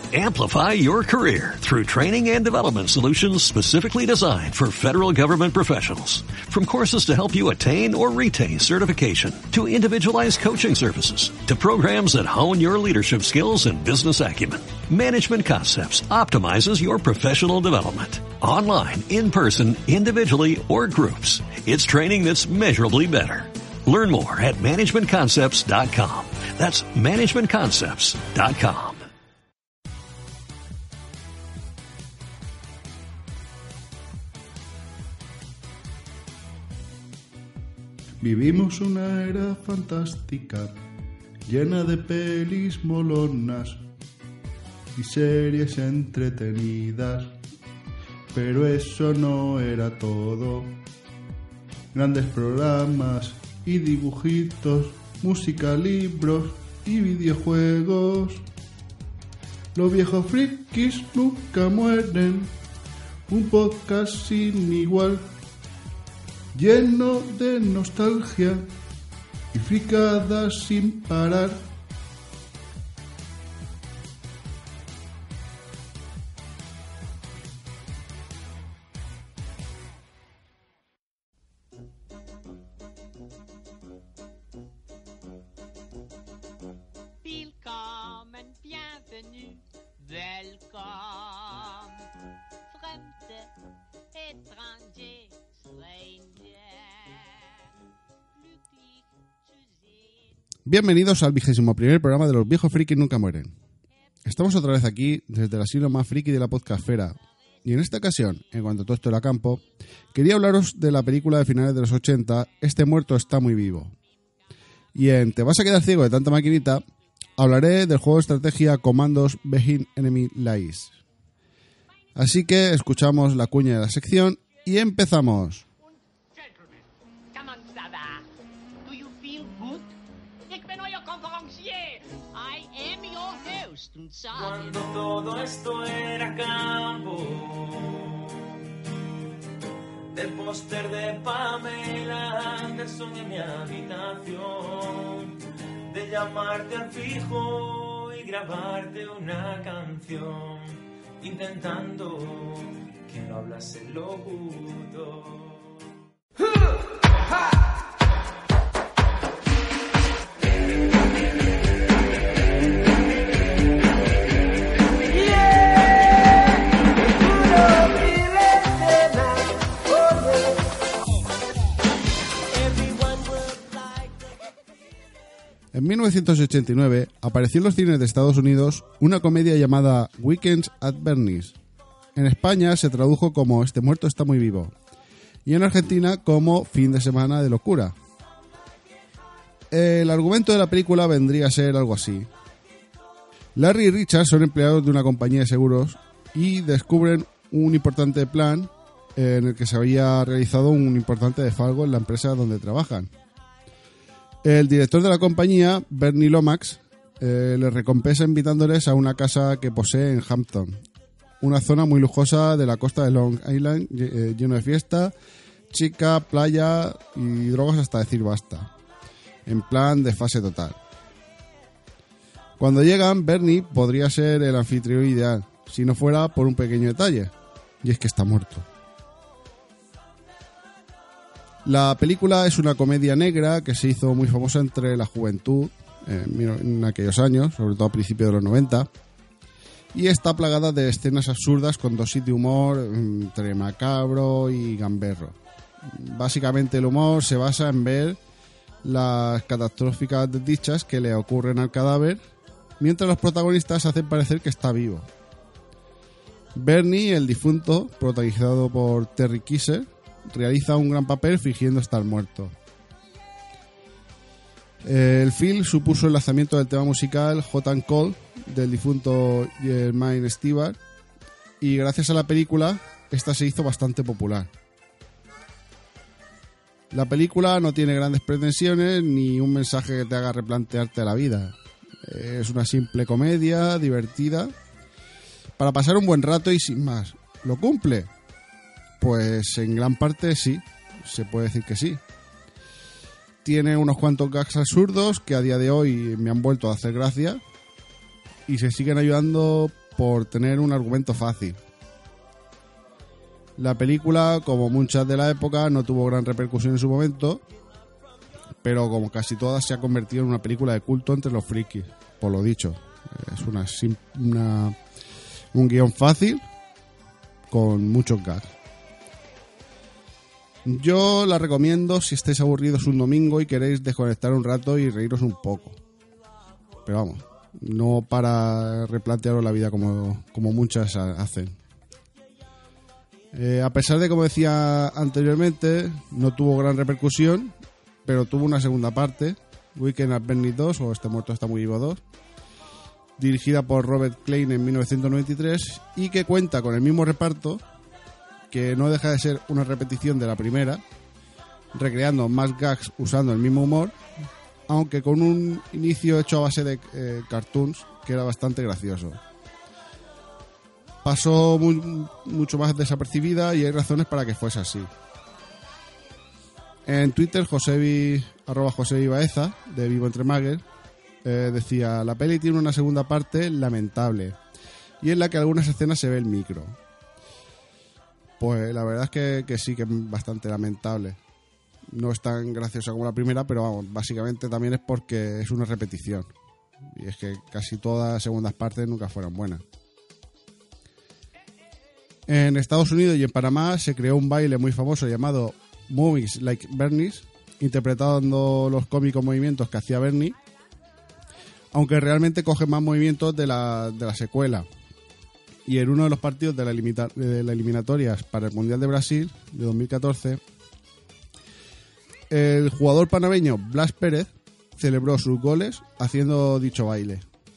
Amplify your career through training and development solutions specifically designed for federal government professionals. From courses to help you attain or retain certification, to individualized coaching services, to programs that hone your leadership skills and business acumen, Management Concepts optimizes your professional development. Online, in person, individually, or groups, it's training that's measurably better. Learn more at managementconcepts.com. That's managementconcepts.com. Vivimos una era fantástica, llena de pelis molonas y series entretenidas, pero eso no era todo. Grandes programas y dibujitos, música, libros y videojuegos. Los viejos frikis nunca mueren, un podcast sin igual, lleno de nostalgia y fricadas sin parar. Willkommen, bienvenue, welcome, fremde, étranger, stranger, glücklich zu sehen. Bienvenidos al 21º programa de Los viejos frikis nunca mueren. Estamos otra vez aquí desde el asilo más friki de la podcastfera. Y en esta ocasión, en cuanto todo esto era campo, quería hablaros de la película de finales de los 80, Este muerto está muy vivo. Y en Te vas a quedar ciego de tanta maquinita, hablaré del juego de estrategia Commandos Behind Enemy Lines. Así que escuchamos la cuña de la sección y empezamos. Gentlemen, comment ça va? Do you feel good? Ik ben euer conferencier. I am your host. Und Cuando todo esto era campo, del póster de Pamela Anderson en mi habitación, de llamarte al fijo y grabarte una canción, intentando que no hablase el locutor. En 1989 apareció en los cines de Estados Unidos una comedia llamada Weekends at Bernie's. En España se tradujo como Este muerto está muy vivo y en Argentina como Fin de semana de locura. El argumento de la película vendría a ser algo así. Larry y Richard son empleados de una compañía de seguros y descubren un importante plan en el que se había realizado un importante desfalco en la empresa donde trabajan. El director de la compañía, Bernie Lomax, les recompensa invitándoles a una casa que posee en Hampton, una zona muy lujosa de la costa de Long Island, lleno de fiesta, chica, playa y drogas hasta decir basta, en plan de fase total. Cuando llegan, Bernie podría ser el anfitrión ideal, si no fuera por un pequeño detalle, y es que está muerto. La película es una comedia negra que se hizo muy famosa entre la juventud en aquellos años, sobre todo a principios de los 90, y está plagada de escenas absurdas con dosis de humor entre macabro y gamberro. Básicamente el humor se basa en ver las catastróficas desdichas que le ocurren al cadáver, mientras los protagonistas hacen parecer que está vivo. Bernie, el difunto, protagonizado por Terry Kisser, realiza un gran papel fingiendo estar muerto. El film supuso el lanzamiento del tema musical Hot and Cold del difunto Jermaine Stewart y gracias a la película esta se hizo bastante popular. La película no tiene grandes pretensiones ni un mensaje que te haga replantearte la vida. Es una simple comedia divertida para pasar un buen rato y sin más. ¿Lo cumple? Pues en gran parte sí, se puede decir que sí. Tiene unos cuantos gags absurdos que a día de hoy me han vuelto a hacer gracia y se siguen ayudando por tener un argumento fácil. La película, como muchas de la época, no tuvo gran repercusión en su momento, pero como casi todas se ha convertido en una película de culto entre los frikis, por lo dicho. Es un guión fácil con muchos gags. Yo la recomiendo si estáis aburridos un domingo y queréis desconectar un rato y reíros un poco. Pero vamos, no para replantearos la vida como muchas hacen. A pesar de, como decía anteriormente, no tuvo gran repercusión, pero tuvo una segunda parte, Weekend at Bernie's 2, o Este muerto está muy vivo 2, dirigida por Robert Klein en 1993 y que cuenta con el mismo reparto, que no deja de ser una repetición de la primera, recreando más gags usando el mismo humor, aunque con un inicio hecho a base de cartoons que era bastante gracioso. Pasó mucho más desapercibida y hay razones para que fuese así. En Twitter, @Josebi Baeza, de Vivo Entre Magues, decía: la peli tiene una segunda parte lamentable y en la que algunas escenas se ve el micro. Pues la verdad es que sí, que es bastante lamentable. No es tan graciosa como la primera, pero vamos, básicamente también es porque es una repetición. Y es que casi todas las segundas partes nunca fueron buenas. En Estados Unidos y en Panamá se creó un baile muy famoso llamado Movies Like Bernie's, interpretando los cómicos movimientos que hacía Bernie, aunque realmente coge más movimientos de la secuela. Y en uno de los partidos de las eliminatorias para el Mundial de Brasil de 2014, el jugador panameño Blas Pérez celebró sus goles haciendo dicho baile.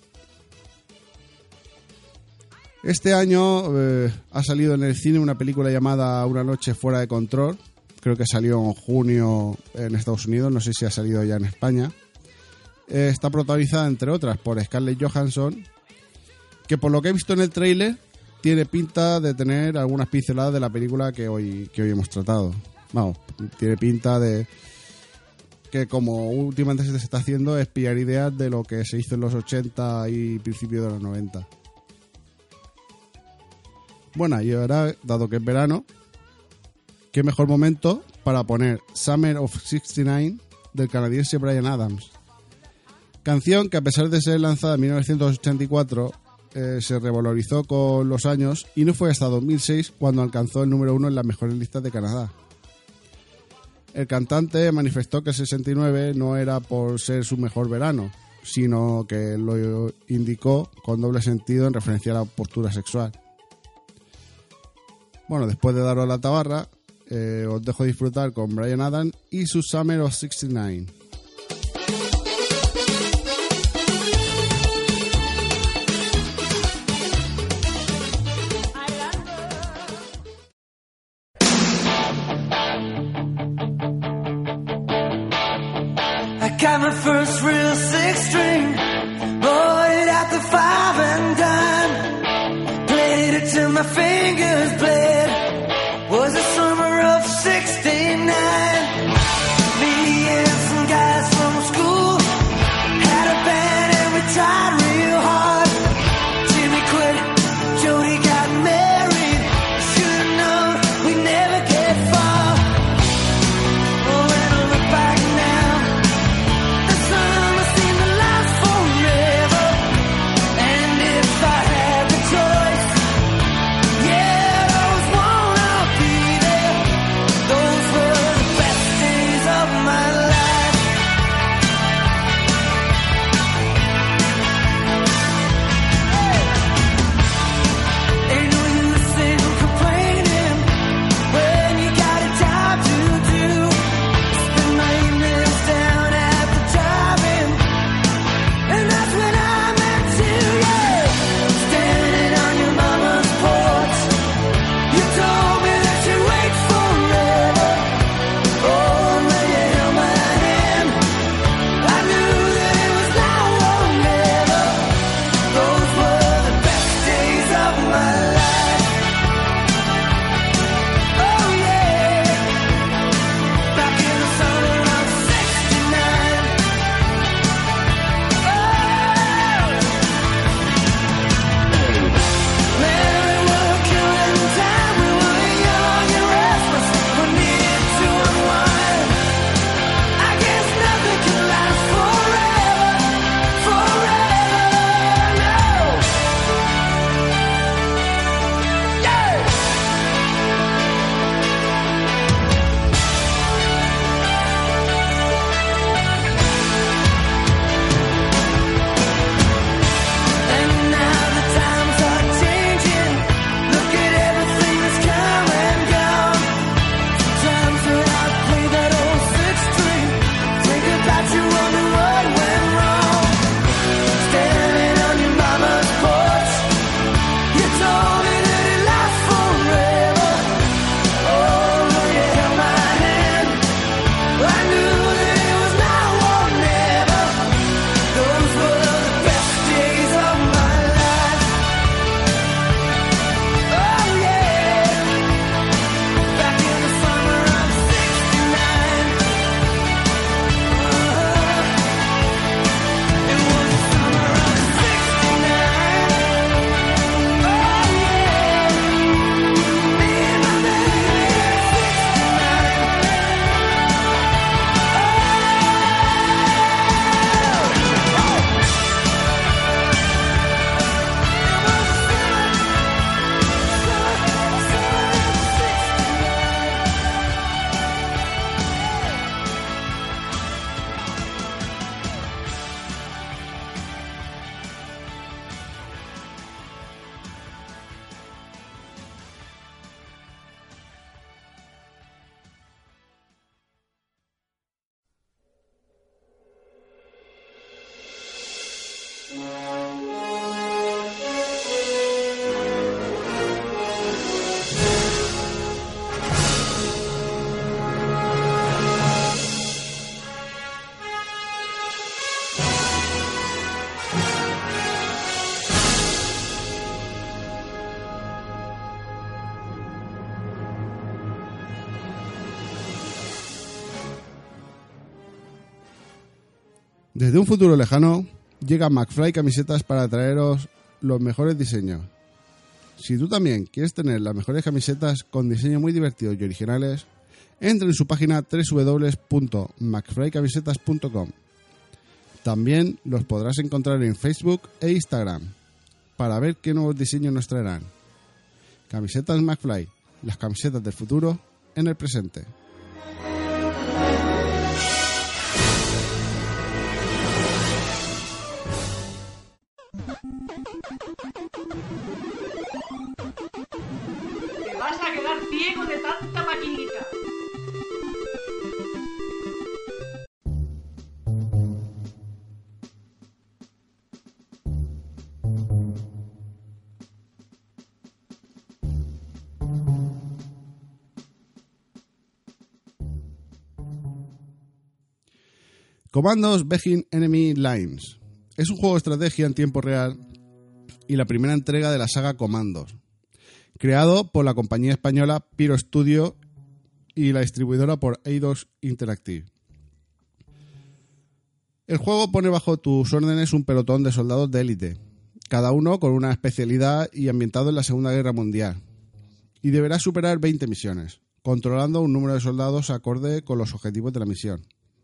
Este año ha salido en el cine una película llamada Una noche fuera de control. Creo que salió en junio en Estados Unidos, no sé si ha salido ya en España. Está protagonizada, entre otras, por Scarlett Johansson, que por lo que he visto en el tráiler tiene pinta de tener algunas pinceladas de la película que hoy hemos tratado. Vamos, tiene pinta de que, como últimamente se está haciendo, es pillar ideas de lo que se hizo en los 80 y principios de los 90. Bueno, y ahora, dado que es verano, qué mejor momento para poner Summer of '69 del canadiense Bryan Adams. Canción que, a pesar de ser lanzada en 1984, se revalorizó con los años y no fue hasta 2006 cuando alcanzó el número 1 en las mejores listas de Canadá. El cantante manifestó que el 69 no era por ser su mejor verano, sino que lo indicó con doble sentido en referencia a la postura sexual. Bueno, después de daros la tabarra, os dejo disfrutar con Bryan Adams y su Summer of '69. Got my first real six string, bought it at the 5 and dime, played it till my fingers bled, was the summer of '69, me and some guys from school, had a band and we tried real hard, Jimmy quit, Jody got married, should've known we'd never get far, oh, when I look back now, forever, and if I had the choice, yeah, those Desde un futuro lejano, llega McFly Camisetas para traeros los mejores diseños. Si tú también quieres tener las mejores camisetas con diseños muy divertidos y originales, entra en su página www.mcflycamisetas.com. También los podrás encontrar en Facebook e Instagram para ver qué nuevos diseños nos traerán. Camisetas McFly, las camisetas del futuro en el presente. Te vas a quedar ciego de tanta maquinita. Commandos Begin Enemy Lines. Es un juego de estrategia en tiempo real y la primera entrega de la saga Commandos, creado por la compañía española Pyro Studio y la distribuidora por Eidos Interactive. El juego pone bajo tus órdenes un pelotón de soldados de élite, cada uno con una especialidad y ambientado en la Segunda Guerra Mundial, y deberás superar 20 misiones, controlando un número de soldados acorde con los objetivos de la misión.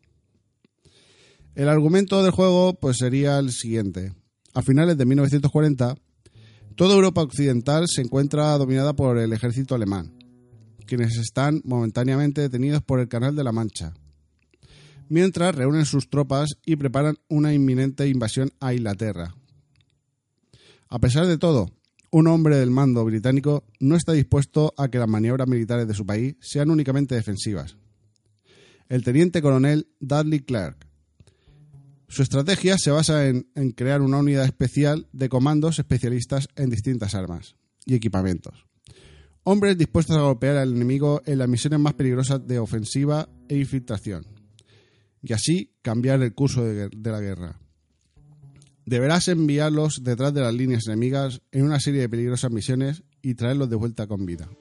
El argumento del juego pues sería el siguiente. A finales de 1940, toda Europa occidental se encuentra dominada por el ejército alemán, quienes están momentáneamente detenidos por el Canal de la Mancha, mientras reúnen sus tropas y preparan una inminente invasión a Inglaterra. A pesar de todo, un hombre del mando británico no está dispuesto a que las maniobras militares de su país sean únicamente defensivas. El teniente coronel Dudley Clark. Su estrategia se basa en crear una unidad especial de comandos especialistas en distintas armas y equipamientos. Hombres dispuestos a golpear al enemigo en las misiones más peligrosas de ofensiva e infiltración, y así cambiar el curso de la guerra. Deberás enviarlos detrás de las líneas enemigas en una serie de peligrosas misiones y traerlos de vuelta con vida.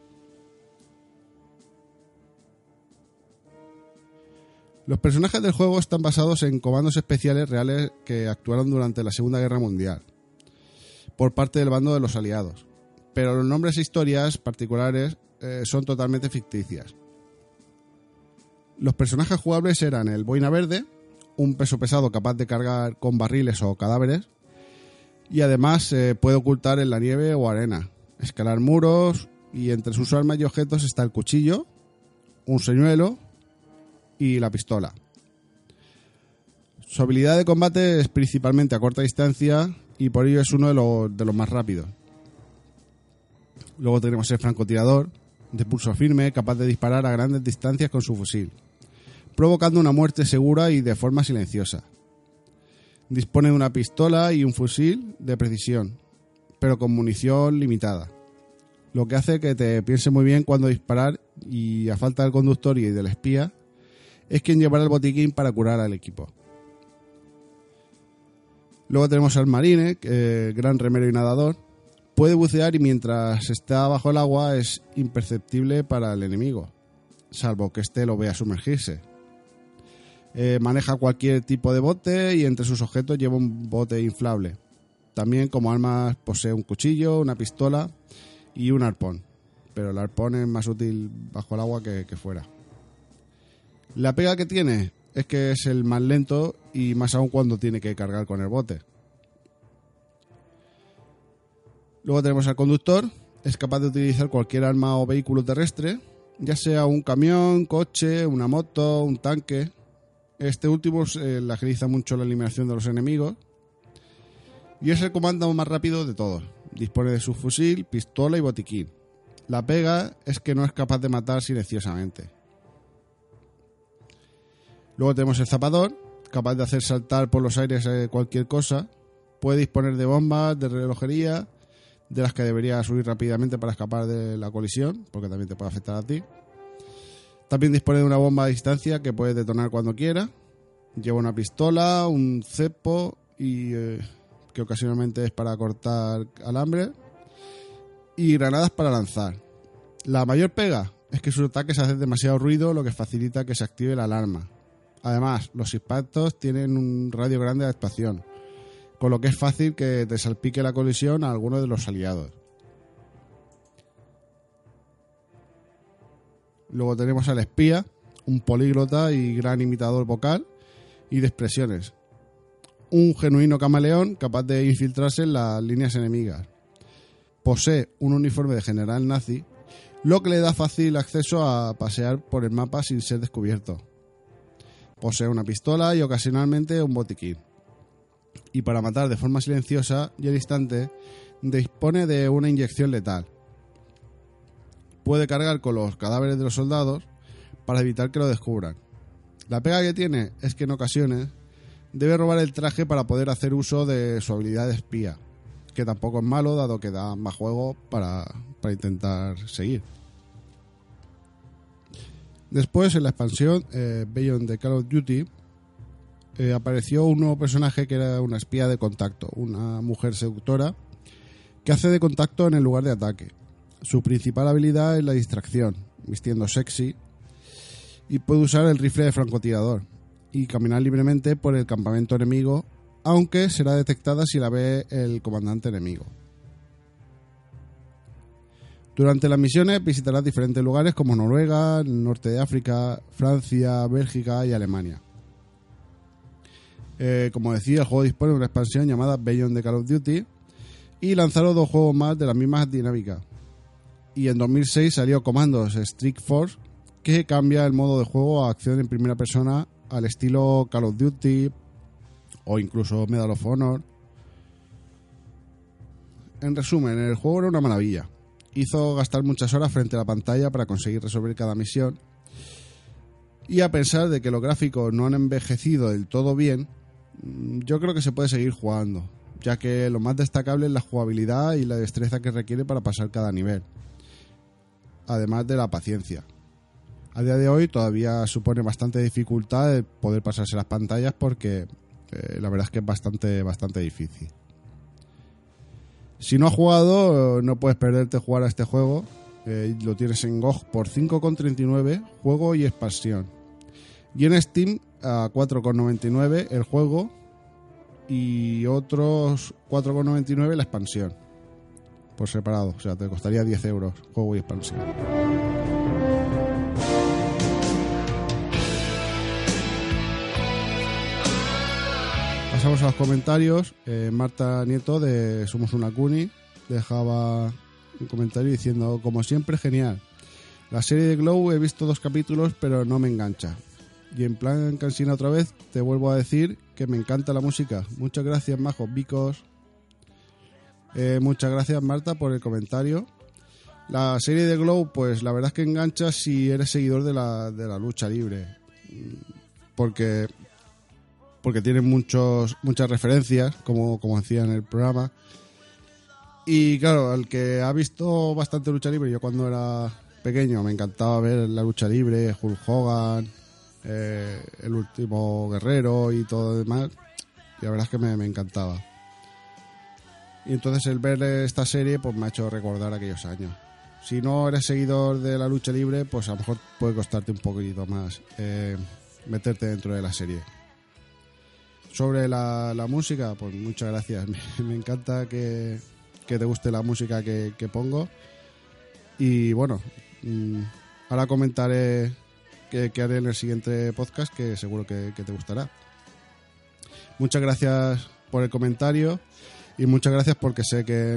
Los personajes del juego están basados en comandos especiales reales que actuaron durante la Segunda Guerra Mundial por parte del bando de los aliados, pero los nombres e historias particulares son totalmente ficticias. Los personajes jugables eran el Boina Verde, un peso pesado capaz de cargar con barriles o cadáveres, y además puede ocultar en la nieve o arena, escalar muros, y entre sus armas y objetos está el cuchillo, un señuelo y la pistola. Su habilidad de combate es principalmente a corta distancia y por ello es uno de los más rápidos. Luego tenemos el francotirador, de pulso firme, capaz de disparar a grandes distancias con su fusil, provocando una muerte segura y de forma silenciosa. Dispone de una pistola y un fusil de precisión, pero con munición limitada, lo que hace que te piense muy bien cuándo disparar, y a falta del conductor y del espía, es quien llevará el botiquín para curar al equipo. Luego tenemos al marine, gran remero y nadador. Puede bucear y mientras está bajo el agua es imperceptible para el enemigo, salvo que éste lo vea sumergirse. Maneja cualquier tipo de bote y entre sus objetos lleva un bote inflable. También como armas posee un cuchillo, una pistola y un arpón, pero el arpón es más útil bajo el agua que fuera. La pega que tiene es que es el más lento y más aún cuando tiene que cargar con el bote. Luego tenemos al conductor. Es capaz de utilizar cualquier arma o vehículo terrestre, ya sea un camión, coche, una moto, un tanque. Este último le agiliza mucho la eliminación de los enemigos y es el comando más rápido de todos. Dispone de su fusil, pistola y botiquín. La pega es que no es capaz de matar silenciosamente. Luego tenemos el zapador, capaz de hacer saltar por los aires cualquier cosa. Puede disponer de bombas, de relojería, de las que debería subir rápidamente para escapar de la colisión, porque también te puede afectar a ti. También dispone de una bomba a distancia que puede detonar cuando quiera. Lleva una pistola, un cepo, y que ocasionalmente es para cortar alambre, y granadas para lanzar. La mayor pega es que sus ataques hacen demasiado ruido, lo que facilita que se active la alarma. Además, los impactos tienen un radio grande de actuación, con lo que es fácil que te salpique la colisión a alguno de los aliados. Luego tenemos al espía, un políglota y gran imitador vocal y de expresiones. Un genuino camaleón capaz de infiltrarse en las líneas enemigas. Posee un uniforme de general nazi, lo que le da fácil acceso a pasear por el mapa sin ser descubierto. Posee una pistola y ocasionalmente un botiquín. Y para matar de forma silenciosa y al instante, dispone de una inyección letal. Puede cargar con los cadáveres de los soldados para evitar que lo descubran. La pega que tiene es que en ocasiones debe robar el traje para poder hacer uso de su habilidad de espía, que tampoco es malo dado que da más juego para intentar seguir. Después, en la expansión Beyond the Call of Duty, apareció un nuevo personaje que era una espía de contacto, una mujer seductora que hace de contacto en el lugar de ataque. Su principal habilidad es la distracción, vistiendo sexy, y puede usar el rifle de francotirador y caminar libremente por el campamento enemigo, aunque será detectada si la ve el comandante enemigo. Durante las misiones visitarás diferentes lugares como Noruega, Norte de África, Francia, Bélgica y Alemania. Como decía, el juego dispone de una expansión llamada Beyond the Call of Duty y lanzaron 2 juegos más de las mismas dinámicas. Y en 2006 salió Commandos Strike Force, que cambia el modo de juego a acción en primera persona al estilo Call of Duty o incluso Medal of Honor. En resumen, el juego era una maravilla. Hizo gastar muchas horas frente a la pantalla para conseguir resolver cada misión. Y a pesar de que los gráficos no han envejecido del todo bien, yo creo que se puede seguir jugando, ya que lo más destacable es la jugabilidad y la destreza que requiere para pasar cada nivel, además de la paciencia. A día de hoy todavía supone bastante dificultad el poder pasarse las pantallas porque la verdad es que es bastante difícil. Si no has jugado, no puedes perderte jugar a este juego. Lo tienes en GOG por 5,39, juego y expansión. Y en Steam a 4,99 el juego y otros 4,99 la expansión. Por separado, o sea, te costaría 10 euros juego y expansión. Pasamos a los comentarios. Marta Nieto de Somos una Cuni dejaba un comentario diciendo: como siempre, genial. La serie de Glow he visto 2 capítulos pero no me engancha. Y en plan cansina otra vez, te vuelvo a decir que me encanta la música. Muchas gracias, majos bicos. Muchas gracias, Marta, por el comentario. La serie de Glow, pues la verdad es que engancha si eres seguidor de la lucha libre. Porque tiene muchas referencias, como decía en el programa. Y claro, al que ha visto bastante lucha libre, yo cuando era pequeño me encantaba ver la lucha libre, Hulk Hogan, el último guerrero y todo lo demás. Y la verdad es que me encantaba. Y entonces el ver esta serie pues me ha hecho recordar aquellos años. Si no eres seguidor de la lucha libre, pues a lo mejor puede costarte un poquito más meterte dentro de la serie. Sobre la música, pues muchas gracias. Me encanta que te guste la música que pongo. Y bueno, ahora comentaré qué haré en el siguiente podcast, que seguro que te gustará. Muchas gracias por el comentario y muchas gracias porque sé que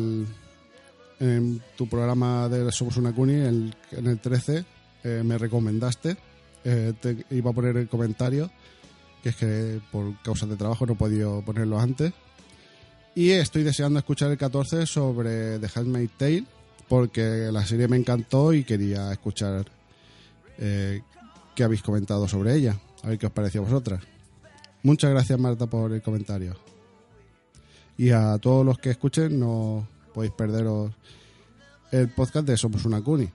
en tu programa de Somos una Cuni, en el 13, me recomendaste. Te iba a poner el comentario, que es que por causas de trabajo no he podido ponerlo antes. Y estoy deseando escuchar el 14 sobre The Handmaid's Tale, porque la serie me encantó y quería escuchar qué habéis comentado sobre ella. A ver qué os pareció a vosotras. Muchas gracias, Marta, por el comentario. Y a todos los que escuchen, no podéis perderos el podcast de Somos una Cuni.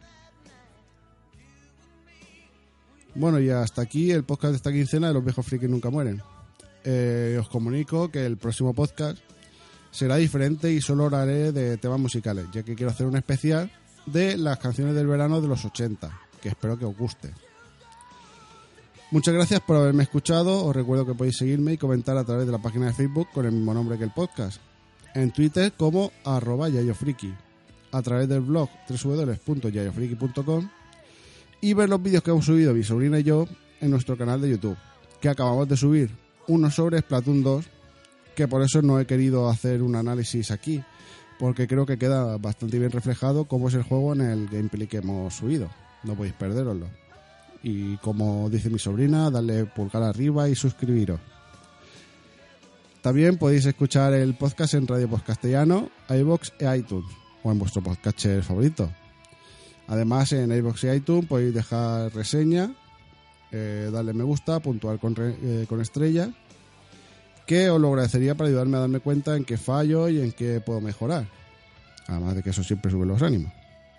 Bueno, y hasta aquí el podcast de esta quincena de Los Viejos Frikis Nunca Mueren. Os comunico que el próximo podcast será diferente y solo hablaré de temas musicales, ya que quiero hacer un especial de las canciones del verano de los 80, que espero que os guste. Muchas gracias por haberme escuchado. Os recuerdo que podéis seguirme y comentar a través de la página de Facebook con el mismo nombre que el podcast. En Twitter como @yayofriki. A través del blog www.yayofriki.com y ver los vídeos que hemos subido mi sobrina y yo en nuestro canal de YouTube, que acabamos de subir uno sobre Splatoon 2, que por eso no he querido hacer un análisis aquí, porque creo que queda bastante bien reflejado cómo es el juego en el gameplay que hemos subido. No podéis perderoslo. Y como dice mi sobrina, darle pulgar arriba y suscribiros. También podéis escuchar el podcast en Radio Podcastellano, iVoox e iTunes, o en vuestro podcatcher favorito. Además, en iVoox y iTunes podéis dejar reseña, darle me gusta, puntuar con estrella, que os lo agradecería para ayudarme a darme cuenta en qué fallo y en qué puedo mejorar. Además de que eso siempre sube los ánimos.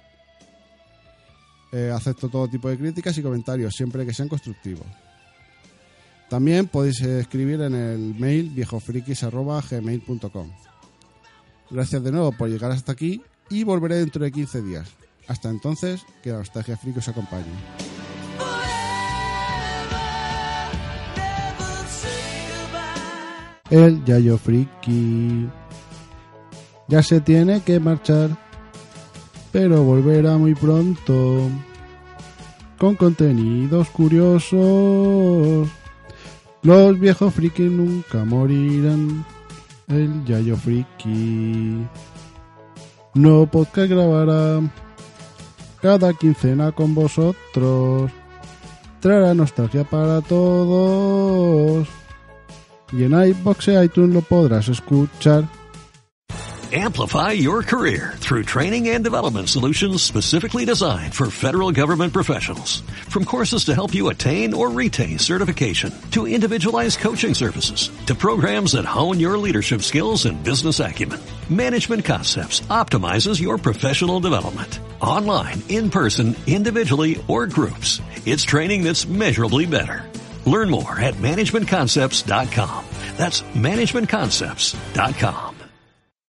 Acepto todo tipo de críticas y comentarios, siempre que sean constructivos. También podéis escribir en el mail viejofrikis@gmail.com. Gracias de nuevo por llegar hasta aquí y volveré dentro de 15 días. Hasta entonces, que la nostalgia friki os acompañe. El Yayo Friki ya se tiene que marchar, pero volverá muy pronto con contenidos curiosos. Los viejos friki nunca morirán. El Yayo Friki no podcast grabará cada quincena con vosotros. Traerá nostalgia para todos. Y en iVoox y iTunes lo podrás escuchar. Amplify your career through training and development solutions specifically designed for federal government professionals. From courses to help you attain or retain certification, to individualized coaching services, to programs that hone your leadership skills and business acumen, Management Concepts optimizes your professional development. Online, in person, individually, or groups, it's training that's measurably better. Learn more at managementconcepts.com. That's managementconcepts.com.